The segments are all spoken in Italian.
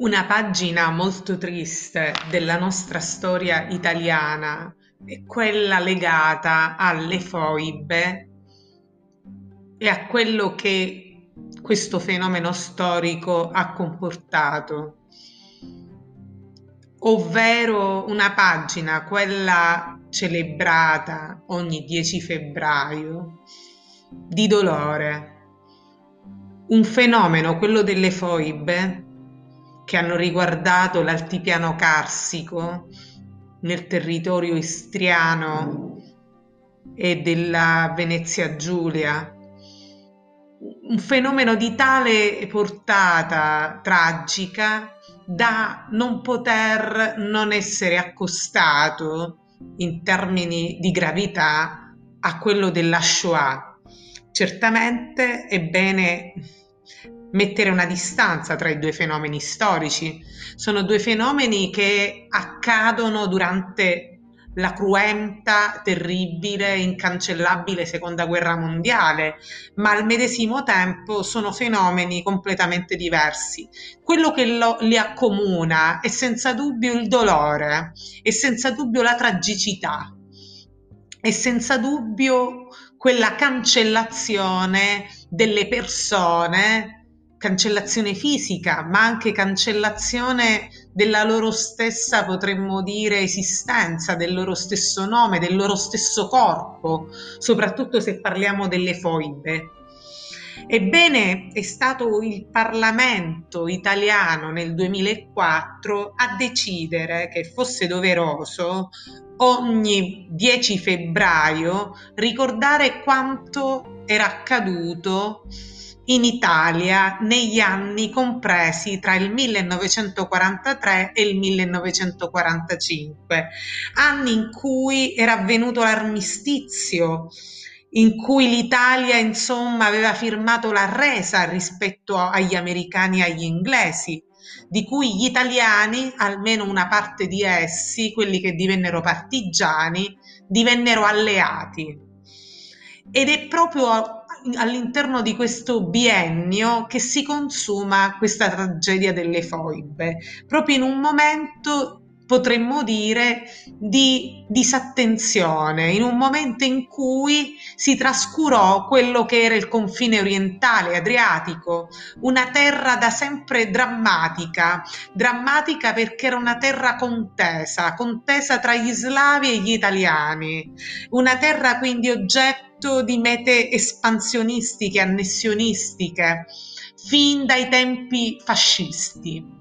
Una pagina molto triste della nostra storia italiana è quella legata alle foibe e a quello che questo fenomeno storico ha comportato, ovvero una pagina, quella celebrata ogni 10 febbraio, di dolore. Un fenomeno, quello delle foibe, che hanno riguardato l'altipiano carsico nel territorio istriano e della Venezia Giulia. Un fenomeno di tale portata tragica da non poter non essere accostato in termini di gravità a quello della Shoah. Certamente è bene mettere una distanza tra i due fenomeni storici. Sono due fenomeni che accadono durante la cruenta, terribile, incancellabile Seconda Guerra Mondiale, ma al medesimo tempo sono fenomeni completamente diversi. Quello che li accomuna è senza dubbio il dolore, è senza dubbio la tragicità, è senza dubbio quella cancellazione delle persone, cancellazione fisica, ma anche cancellazione della loro stessa, potremmo dire, esistenza, del loro stesso nome, del loro stesso corpo, soprattutto se parliamo delle foibe. Ebbene, è stato il Parlamento italiano nel 2004 a decidere che fosse doveroso ogni 10 febbraio ricordare quanto era accaduto in Italia negli anni compresi tra il 1943 e il 1945, anni in cui era avvenuto l'armistizio, in cui l'Italia, insomma, aveva firmato la resa rispetto agli americani e agli inglesi, di cui gli italiani, almeno una parte di essi, quelli che divennero partigiani, divennero alleati. Ed è proprio all'interno di questo biennio che si consuma questa tragedia delle foibe, proprio in un momento, potremmo dire, di disattenzione, in un momento in cui si trascurò quello che era il confine orientale adriatico, una terra da sempre drammatica, drammatica perché era una terra contesa, contesa tra gli slavi e gli italiani, una terra quindi oggetto di mete espansionistiche, annessionistiche, fin dai tempi fascisti.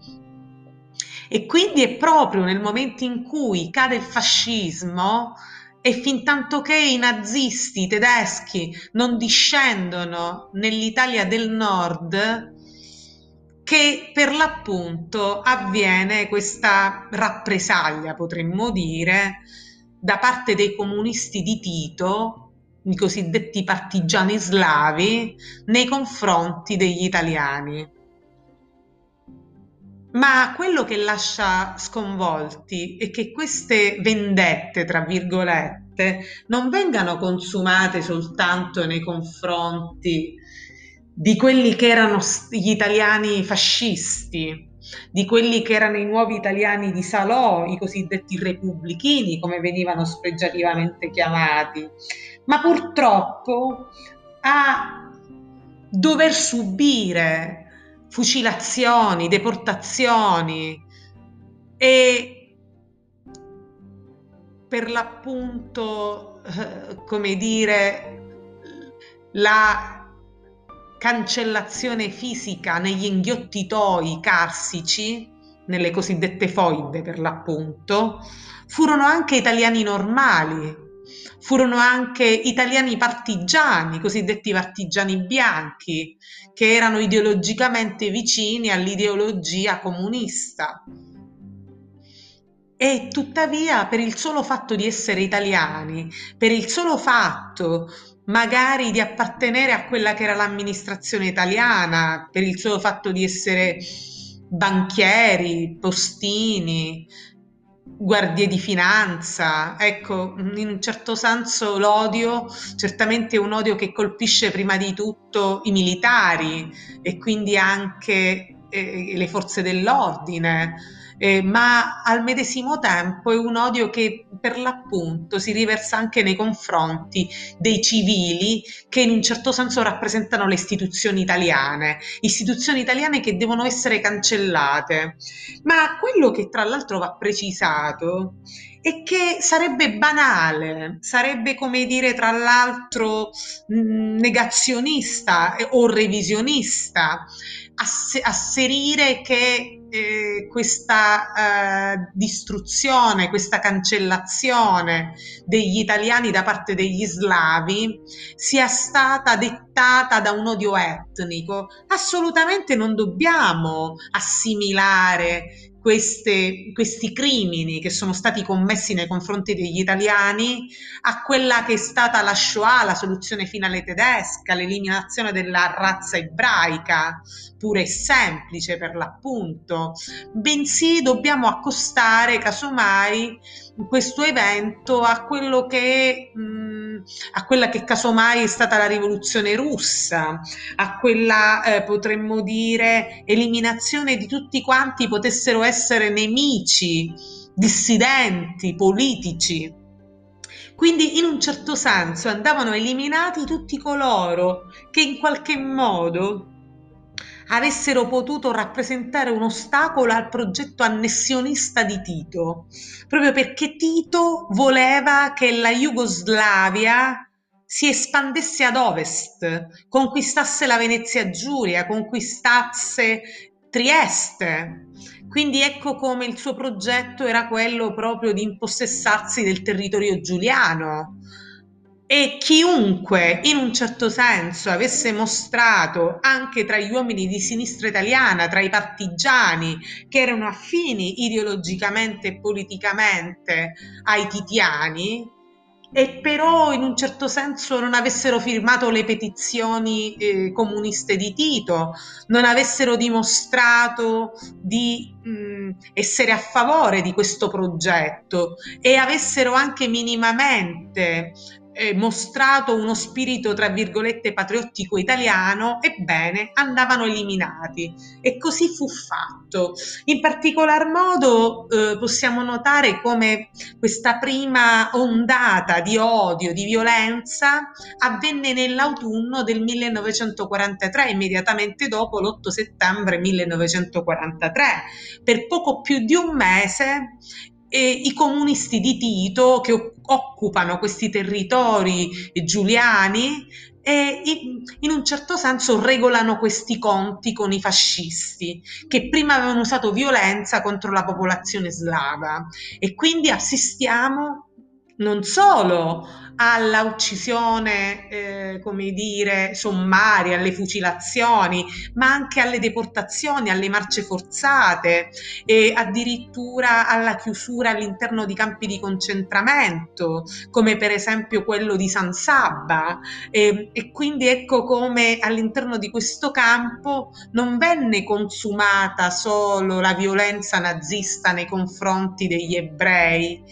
E quindi è proprio nel momento in cui cade il fascismo e fintanto che i nazisti tedeschi non discendono nell'Italia del Nord, che per l'appunto avviene questa rappresaglia, potremmo dire, da parte dei comunisti di Tito, i cosiddetti partigiani slavi, nei confronti degli italiani. Ma quello che lascia sconvolti è che queste vendette, tra virgolette, non vengano consumate soltanto nei confronti di quelli che erano gli italiani fascisti, di quelli che erano i nuovi italiani di Salò, i cosiddetti repubblichini, come venivano spregiativamente chiamati, ma purtroppo a dover subire fucilazioni, deportazioni e per l'appunto, come dire, la cancellazione fisica negli inghiottitoi carsici, nelle cosiddette foibe per l'appunto, furono anche italiani normali, furono anche italiani partigiani, cosiddetti partigiani bianchi, che erano ideologicamente vicini all'ideologia comunista. E tuttavia, per il solo fatto di essere italiani, per il solo fatto magari di appartenere a quella che era l'amministrazione italiana, per il solo fatto di essere banchieri, postini, guardie di finanza, ecco, in un certo senso l'odio, certamente è un odio che colpisce prima di tutto i militari e quindi anche le forze dell'ordine, ma al medesimo tempo è un odio che per l'appunto si riversa anche nei confronti dei civili che in un certo senso rappresentano le istituzioni italiane che devono essere cancellate. Ma quello che tra l'altro va precisato è che sarebbe banale, sarebbe come dire tra l'altro negazionista o revisionista asserire che questa distruzione, questa cancellazione degli italiani da parte degli slavi sia stata dettata da un odio etnico. Assolutamente non dobbiamo assimilare questi crimini che sono stati commessi nei confronti degli italiani a quella che è stata la Shoah, la soluzione finale tedesca, l'eliminazione della razza ebraica, pura e semplice per l'appunto, bensì dobbiamo accostare casomai questo evento a quello che a quella che casomai è stata la rivoluzione russa, a quella potremmo dire eliminazione di tutti quanti potessero essere nemici, dissidenti, politici. Quindi in un certo senso andavano eliminati tutti coloro che in qualche modo avessero potuto rappresentare un ostacolo al progetto annessionista di Tito, proprio perché Tito voleva che la Jugoslavia si espandesse ad ovest, conquistasse la Venezia Giulia, conquistasse Trieste. Quindi ecco come il suo progetto era quello proprio di impossessarsi del territorio giuliano. E chiunque in un certo senso avesse mostrato anche tra gli uomini di sinistra italiana, tra i partigiani che erano affini ideologicamente e politicamente ai titiani, e però in un certo senso non avessero firmato le petizioni comuniste di Tito, non avessero dimostrato di essere a favore di questo progetto e avessero anche minimamente mostrato uno spirito tra virgolette patriottico italiano, ebbene andavano eliminati, e così fu fatto. In particolar modo possiamo notare come questa prima ondata di odio, di violenza avvenne nell'autunno del 1943, immediatamente dopo l'8 settembre 1943. Per poco più di un mese i comunisti di Tito, che occupano questi territori giuliani, in un certo senso regolano questi conti con i fascisti, che prima avevano usato violenza contro la popolazione slava, e quindi assistiamo non solo alla uccisione, come dire, sommaria, alle fucilazioni, ma anche alle deportazioni, alle marce forzate e addirittura alla chiusura all'interno di campi di concentramento, come per esempio quello di San Sabba. E quindi ecco come all'interno di questo campo non venne consumata solo la violenza nazista nei confronti degli ebrei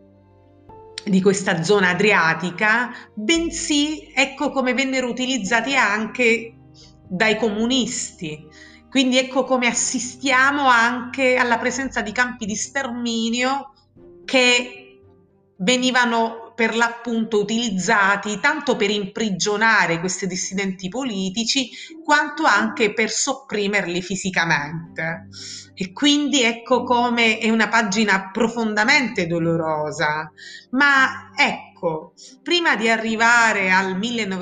di questa zona adriatica, bensì ecco come vennero utilizzati anche dai comunisti. Quindi ecco come assistiamo anche alla presenza di campi di sterminio che venivano per l'appunto utilizzati tanto per imprigionare questi dissidenti politici quanto anche per sopprimerli fisicamente. E quindi ecco come è una pagina profondamente dolorosa, ma ecco, prima di arrivare al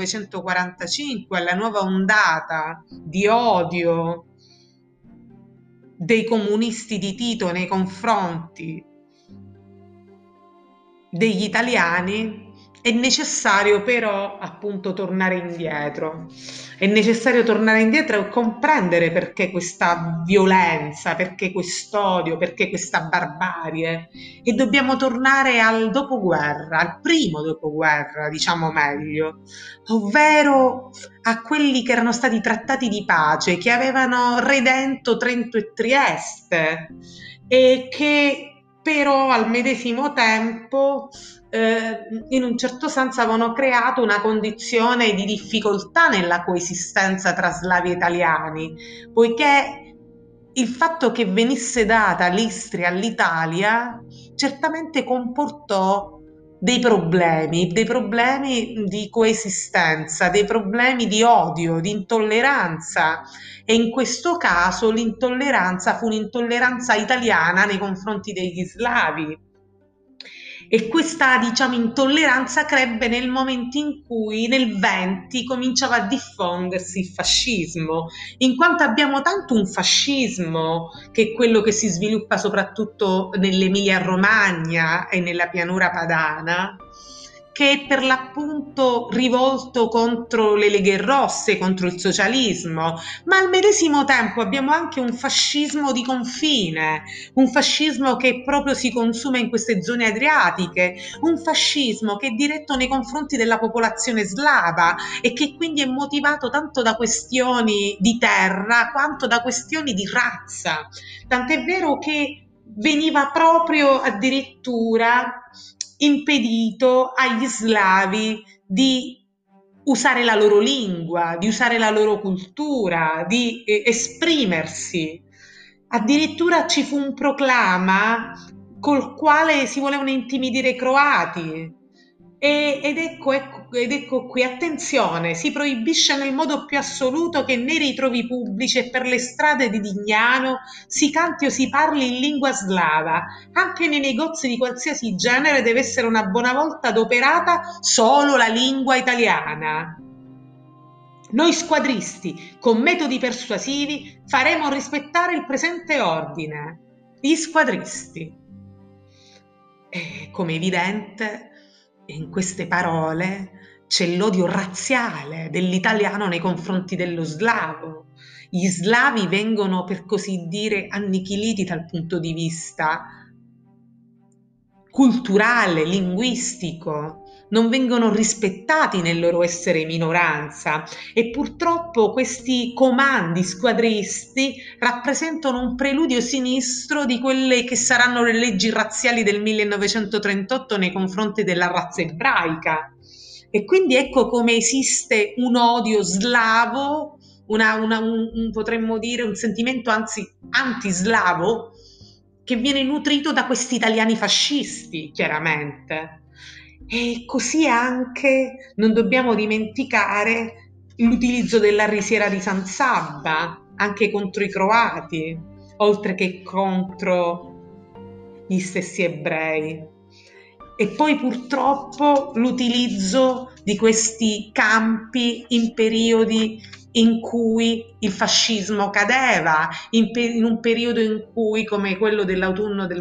1945, alla nuova ondata di odio dei comunisti di Tito nei confronti degli italiani, è necessario però appunto tornare indietro. È necessario tornare indietro e comprendere perché questa violenza, perché quest'odio, perché questa barbarie, e dobbiamo tornare al dopoguerra, al primo dopoguerra, diciamo meglio, ovvero a quelli che erano stati trattati di pace, che avevano redento Trento e Trieste e che però al medesimo tempo in un certo senso avevano creato una condizione di difficoltà nella coesistenza tra slavi e italiani, poiché il fatto che venisse data l'Istria all'Italia certamente comportò dei problemi di coesistenza, dei problemi di odio, di intolleranza, e in questo caso l'intolleranza fu un'intolleranza italiana nei confronti degli slavi. E questa, diciamo, intolleranza crebbe nel momento in cui nel 20 cominciava a diffondersi il fascismo, in quanto abbiamo tanto un fascismo, che è quello che si sviluppa soprattutto nell'Emilia-Romagna e nella pianura padana, che è per l'appunto rivolto contro le leghe rosse, contro il socialismo, ma al medesimo tempo abbiamo anche un fascismo di confine, un fascismo che proprio si consuma in queste zone adriatiche, un fascismo che è diretto nei confronti della popolazione slava e che quindi è motivato tanto da questioni di terra quanto da questioni di razza. Tant'è vero che veniva proprio addirittura impedito agli slavi di usare la loro lingua, di usare la loro cultura, di esprimersi. Addirittura ci fu un proclama col quale si volevano intimidire i croati. Ed ecco qui, attenzione, si proibisce nel modo più assoluto che nei ritrovi pubblici e per le strade di Dignano si canti o si parli in lingua slava. Anche nei negozi di qualsiasi genere deve essere una buona volta adoperata solo la lingua italiana. Noi squadristi, con metodi persuasivi, faremo rispettare il presente ordine. Gli squadristi. E, come evidente, in queste parole c'è l'odio razziale dell'italiano nei confronti dello slavo. Gli slavi vengono, per così dire, annichiliti dal punto di vista culturale, linguistico, non vengono rispettati nel loro essere minoranza, e purtroppo questi comandi squadristi rappresentano un preludio sinistro di quelle che saranno le leggi razziali del 1938 nei confronti della razza ebraica. E quindi ecco come esiste un odio slavo, potremmo dire un sentimento anzi antislavo, che viene nutrito da questi italiani fascisti, chiaramente. E così anche non dobbiamo dimenticare l'utilizzo della risiera di San Sabba, anche contro i croati, oltre che contro gli stessi ebrei. E poi purtroppo l'utilizzo di questi campi in periodi in cui il fascismo cadeva, in un periodo in cui, come quello dell'autunno del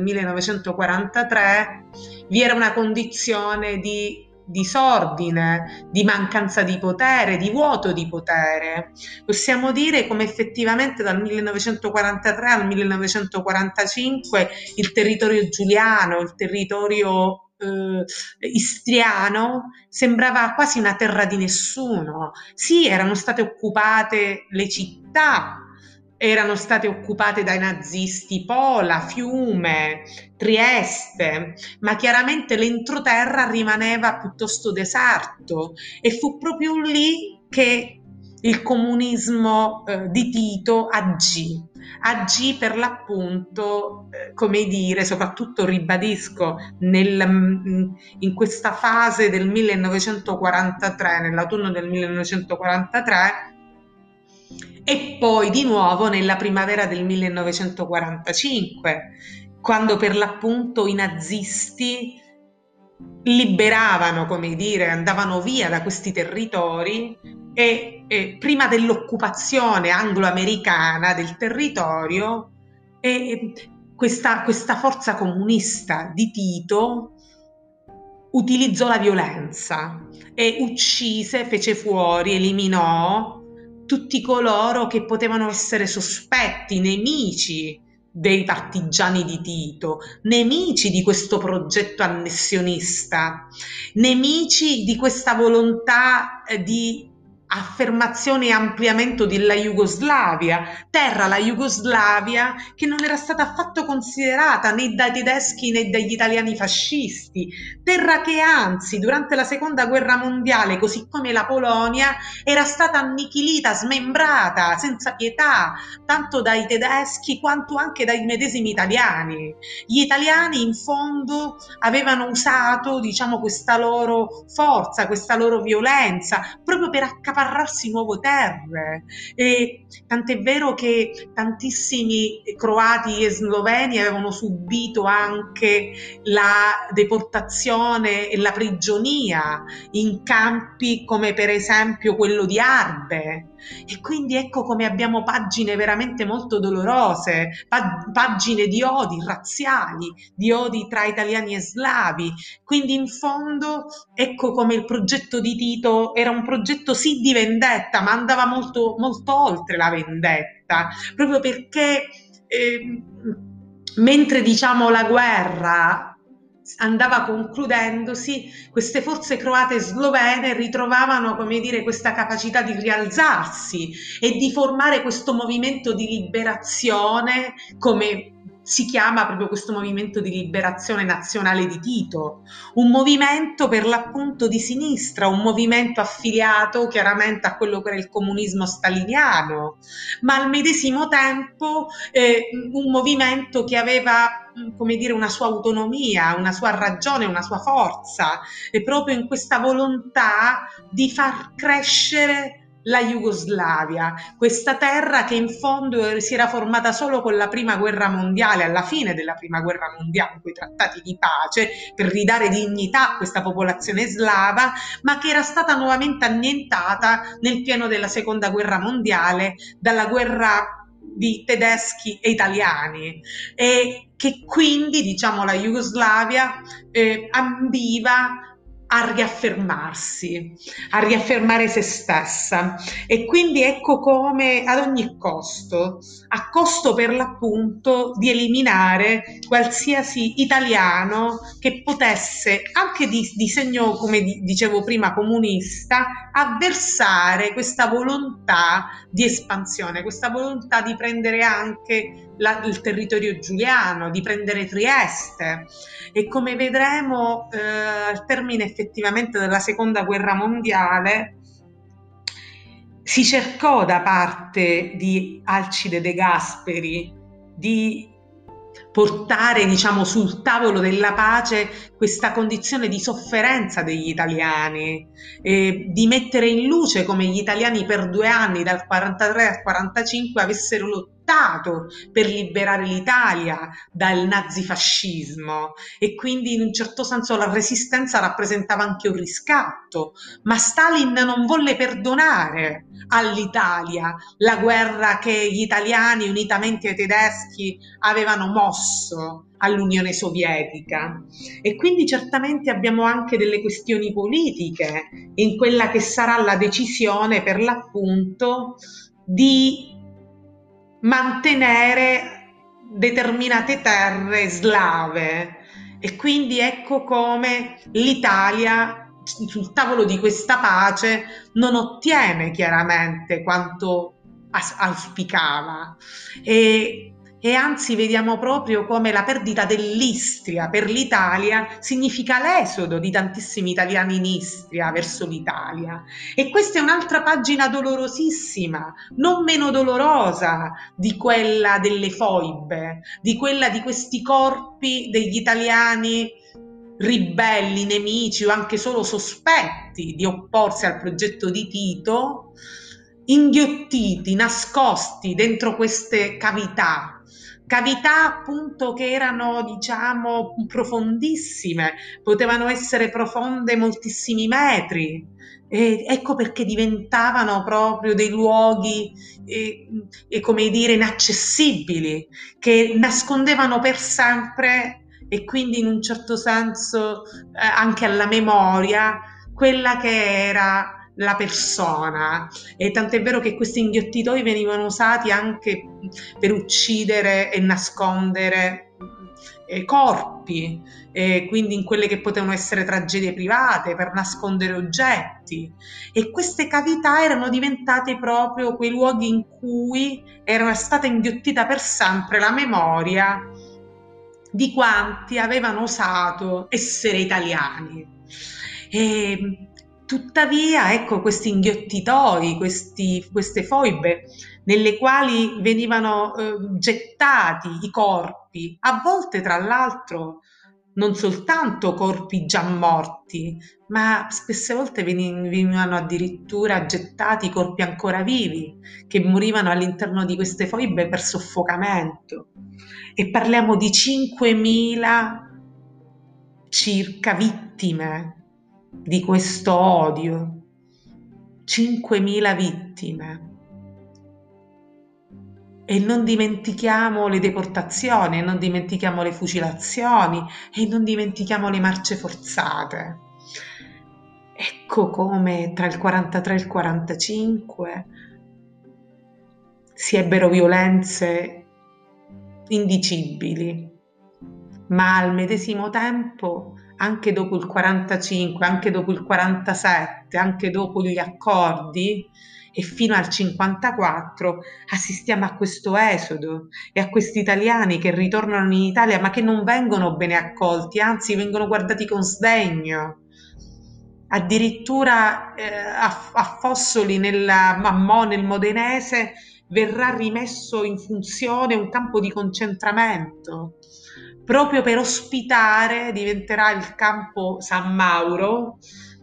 1943, vi era una condizione di disordine, di mancanza di potere, di vuoto di potere. Possiamo dire come effettivamente dal 1943 al 1945 il territorio giuliano, il territorio istriano sembrava quasi una terra di nessuno. Sì, erano state occupate le città, erano state occupate dai nazisti Pola, Fiume, Trieste, ma chiaramente l'entroterra rimaneva piuttosto deserto, e fu proprio lì che il comunismo di Tito agì per l'appunto, come dire, soprattutto ribadisco, in questa fase del 1943, nell'autunno del 1943, e poi di nuovo nella primavera del 1945, quando per l'appunto i nazisti liberavano, come dire, andavano via da questi territori, e prima dell'occupazione anglo-americana del territorio, questa forza comunista di Tito utilizzò la violenza e uccise, fece fuori, eliminò tutti coloro che potevano essere sospetti, nemici dei partigiani di Tito, nemici di questo progetto annessionista, nemici di questa volontà di affermazione e ampliamento della Jugoslavia, terra, la Jugoslavia, che non era stata affatto considerata né dai tedeschi né dagli italiani fascisti, terra che anzi durante la seconda guerra mondiale, così come la Polonia, era stata annichilita, smembrata, senza pietà, tanto dai tedeschi quanto anche dai medesimi italiani. Gli italiani in fondo avevano usato, diciamo, questa loro forza, questa loro violenza, proprio per accaparrarsi nuove terre. E tant'è vero che tantissimi croati e sloveni avevano subito anche la deportazione e la prigionia in campi come per esempio quello di Arbe. E quindi ecco come abbiamo pagine veramente molto dolorose, pagine di odi razziali, di odi tra italiani e slavi. Quindi in fondo ecco come il progetto di Tito era un progetto sì di vendetta, ma andava molto, molto oltre la vendetta, proprio perché mentre diciamo la guerra andava concludendosi, queste forze croate e slovene ritrovavano, come dire, questa capacità di rialzarsi e di formare questo movimento di liberazione, come si chiama proprio questo movimento di liberazione nazionale di Tito, un movimento per l'appunto di sinistra, un movimento affiliato chiaramente a quello che era il comunismo staliniano, ma al medesimo tempo un movimento che aveva, come dire, una sua autonomia, una sua ragione, una sua forza, e proprio in questa volontà di far crescere la Jugoslavia, questa terra che in fondo si era formata solo con la prima guerra mondiale, alla fine della prima guerra mondiale, con i trattati di pace, per ridare dignità a questa popolazione slava, ma che era stata nuovamente annientata nel pieno della seconda guerra mondiale, dalla guerra di tedeschi e italiani, e che quindi, diciamo, la Jugoslavia ambiva a riaffermare se stessa, e quindi ecco come ad ogni costo, a costo per l'appunto di eliminare qualsiasi italiano che potesse, anche di segno, come dicevo prima, comunista, avversare questa volontà di espansione, questa volontà di prendere anche il territorio giuliano, di prendere Trieste. E come vedremo al termine effettivamente della seconda guerra mondiale si cercò da parte di Alcide De Gasperi di portare, diciamo, sul tavolo della pace questa condizione di sofferenza degli italiani, di mettere in luce come gli italiani per 2 anni, dal 43 al 45, avessero lottato per liberare l'Italia dal nazifascismo, e quindi in un certo senso la resistenza rappresentava anche un riscatto, ma Stalin non volle perdonare all'Italia la guerra che gli italiani unitamente ai tedeschi avevano mosso all'Unione Sovietica, e quindi certamente abbiamo anche delle questioni politiche in quella che sarà la decisione per l'appunto di mantenere determinate terre slave, e quindi ecco come l'Italia sul tavolo di questa pace non ottiene chiaramente quanto auspicava, e anzi vediamo proprio come la perdita dell'Istria per l'Italia significa l'esodo di tantissimi italiani in Istria verso l'Italia, e questa è un'altra pagina dolorosissima, non meno dolorosa di quella delle foibe, di quella di questi corpi degli italiani ribelli, nemici o anche solo sospetti di opporsi al progetto di Tito, inghiottiti, nascosti dentro queste cavità appunto che erano, diciamo, profondissime, potevano essere profonde moltissimi metri, e ecco perché diventavano proprio dei luoghi come dire inaccessibili, che nascondevano per sempre, e quindi in un certo senso anche alla memoria quella che era la persona. E tant'è vero che questi inghiottitoi venivano usati anche per uccidere e nascondere corpi, quindi in quelle che potevano essere tragedie private per nascondere oggetti. E queste cavità erano diventate proprio quei luoghi in cui era stata inghiottita per sempre la memoria di quanti avevano osato essere italiani. E, tuttavia, ecco, questi inghiottitoi, queste foibe nelle quali venivano gettati i corpi, a volte tra l'altro non soltanto corpi già morti, ma spesse volte venivano addirittura gettati corpi ancora vivi, che morivano all'interno di queste foibe per soffocamento. E parliamo di 5.000 circa vittime di questo odio. 5.000 vittime. E non dimentichiamo le deportazioni, e non dimentichiamo le fucilazioni, e non dimentichiamo le marce forzate. Ecco come tra il 43 e il 45 si ebbero violenze indicibili, ma al medesimo tempo, anche dopo il 45, anche dopo il 47, anche dopo gli accordi e fino al 54, assistiamo a questo esodo e a questi italiani che ritornano in Italia ma che non vengono bene accolti, anzi vengono guardati con sdegno. Addirittura a Fossoli, nel Modenese, verrà rimesso in funzione un campo di concentramento proprio per ospitare, diventerà il campo San Mauro,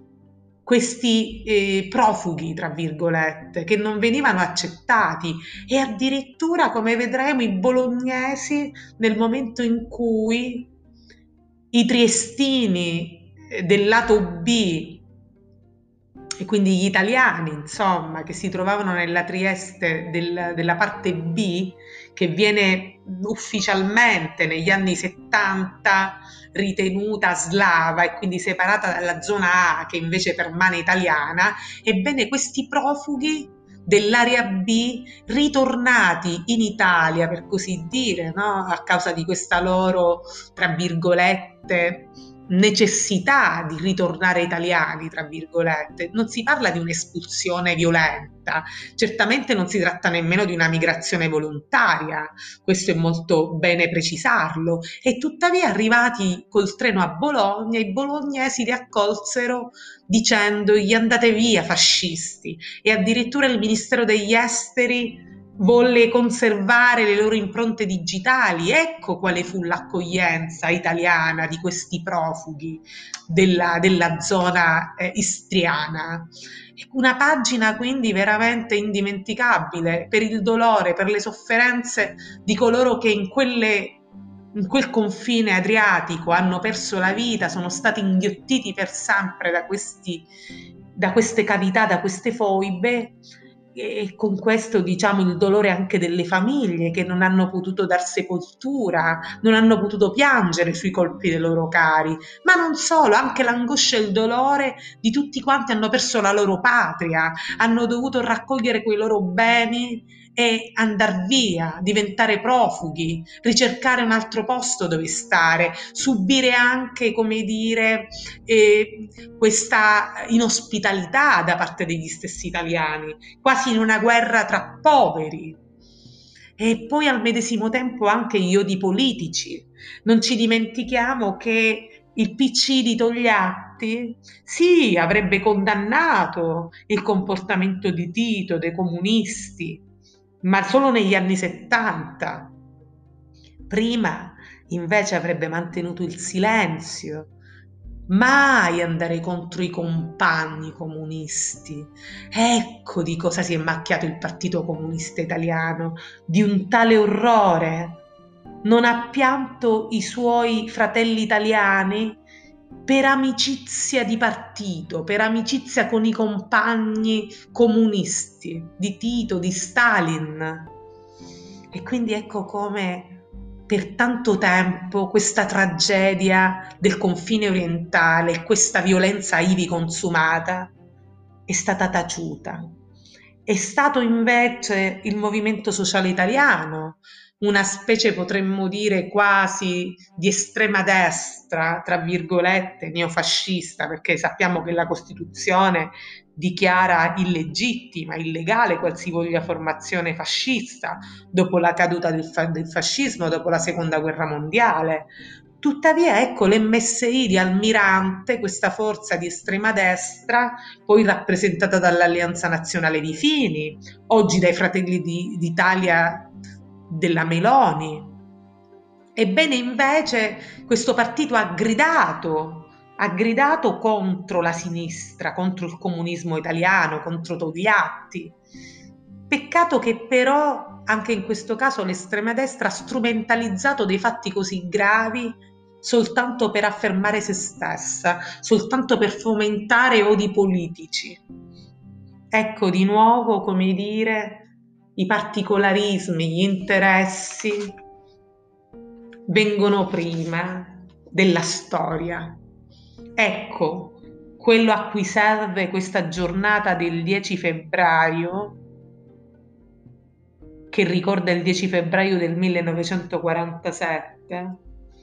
questi profughi, tra virgolette, che non venivano accettati, e addirittura, come vedremo, i bolognesi, nel momento in cui i triestini del lato B, e quindi gli italiani, insomma, che si trovavano nella Trieste della parte B, che viene ufficialmente negli anni 70 ritenuta slava e quindi separata dalla zona A, che invece permane italiana. Ebbene, questi profughi dell'area B, ritornati in Italia, per così dire, no? A causa di questa loro, tra virgolette, necessità di ritornare italiani, tra virgolette. Non si parla di un'espulsione violenta, certamente non si tratta nemmeno di una migrazione volontaria, questo è molto bene precisarlo, e tuttavia arrivati col treno a Bologna, i bolognesi li accolsero dicendogli: andate via fascisti, e addirittura il Ministero degli Esteri volle conservare le loro impronte digitali. Ecco quale fu l'accoglienza italiana di questi profughi della zona istriana. Una pagina quindi veramente indimenticabile per il dolore, per le sofferenze di coloro che in quel confine adriatico hanno perso la vita, sono stati inghiottiti per sempre da queste cavità, da queste foibe, e con questo, diciamo, il dolore anche delle famiglie che non hanno potuto dar sepoltura, non hanno potuto piangere sui colpi dei loro cari, ma non solo, anche l'angoscia e il dolore di tutti quanti hanno perso la loro patria, hanno dovuto raccogliere quei loro beni e andar via, diventare profughi, ricercare un altro posto dove stare, subire anche, come dire, questa inospitalità da parte degli stessi italiani, quasi in una guerra tra poveri. E poi al medesimo tempo anche gli odi politici. Non ci dimentichiamo che il PC di Togliatti, sì, avrebbe condannato il comportamento di Tito, dei comunisti, ma solo negli anni 70. Prima invece avrebbe mantenuto il silenzio, mai andare contro i compagni comunisti. Ecco di cosa si è macchiato il Partito Comunista Italiano, di un tale orrore. Non ha pianto i suoi fratelli italiani per amicizia di partito, per amicizia con i compagni comunisti di Tito, di Stalin. E quindi ecco come per tanto tempo questa tragedia del confine orientale, questa violenza ivi consumata, è stata taciuta. È stato invece il movimento sociale italiano, una specie, potremmo dire, quasi di estrema destra, tra virgolette, neofascista, perché sappiamo che la Costituzione dichiara illegittima, illegale qualsivoglia formazione fascista dopo la caduta del fascismo, dopo la Seconda Guerra Mondiale. Tuttavia, ecco, l'MSI di Almirante, questa forza di estrema destra, poi rappresentata dall'Alleanza Nazionale di Fini, oggi dai Fratelli d'Italia della Meloni. Ebbene, invece, questo partito ha gridato contro la sinistra, contro il comunismo italiano, contro Togliatti. Peccato che però anche in questo caso l'estrema destra ha strumentalizzato dei fatti così gravi soltanto per affermare se stessa, soltanto per fomentare odi politici. Ecco di nuovo, come dire, i particolarismi, gli interessi vengono prima della storia. Ecco quello a cui serve questa giornata del 10 febbraio, che ricorda il 10 febbraio del 1947,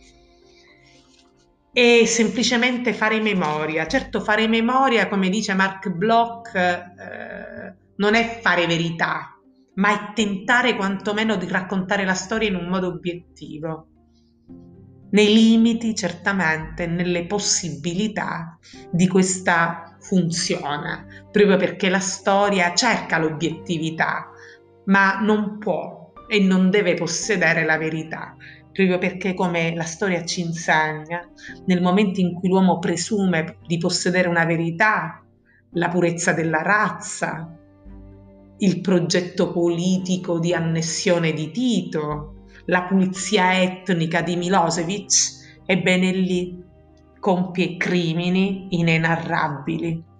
e semplicemente fare memoria. Certo, fare memoria, come dice Marc Bloch, non è fare verità, ma è tentare quantomeno di raccontare la storia in un modo obiettivo, nei limiti certamente, nelle possibilità di questa funzione, proprio perché la storia cerca l'obiettività, ma non può e non deve possedere la verità, proprio perché, come la storia ci insegna, nel momento in cui l'uomo presume di possedere una verità, la purezza della razza, il progetto politico di annessione di Tito, la pulizia etnica di Milosevic, ebbene lì compie crimini inenarrabili.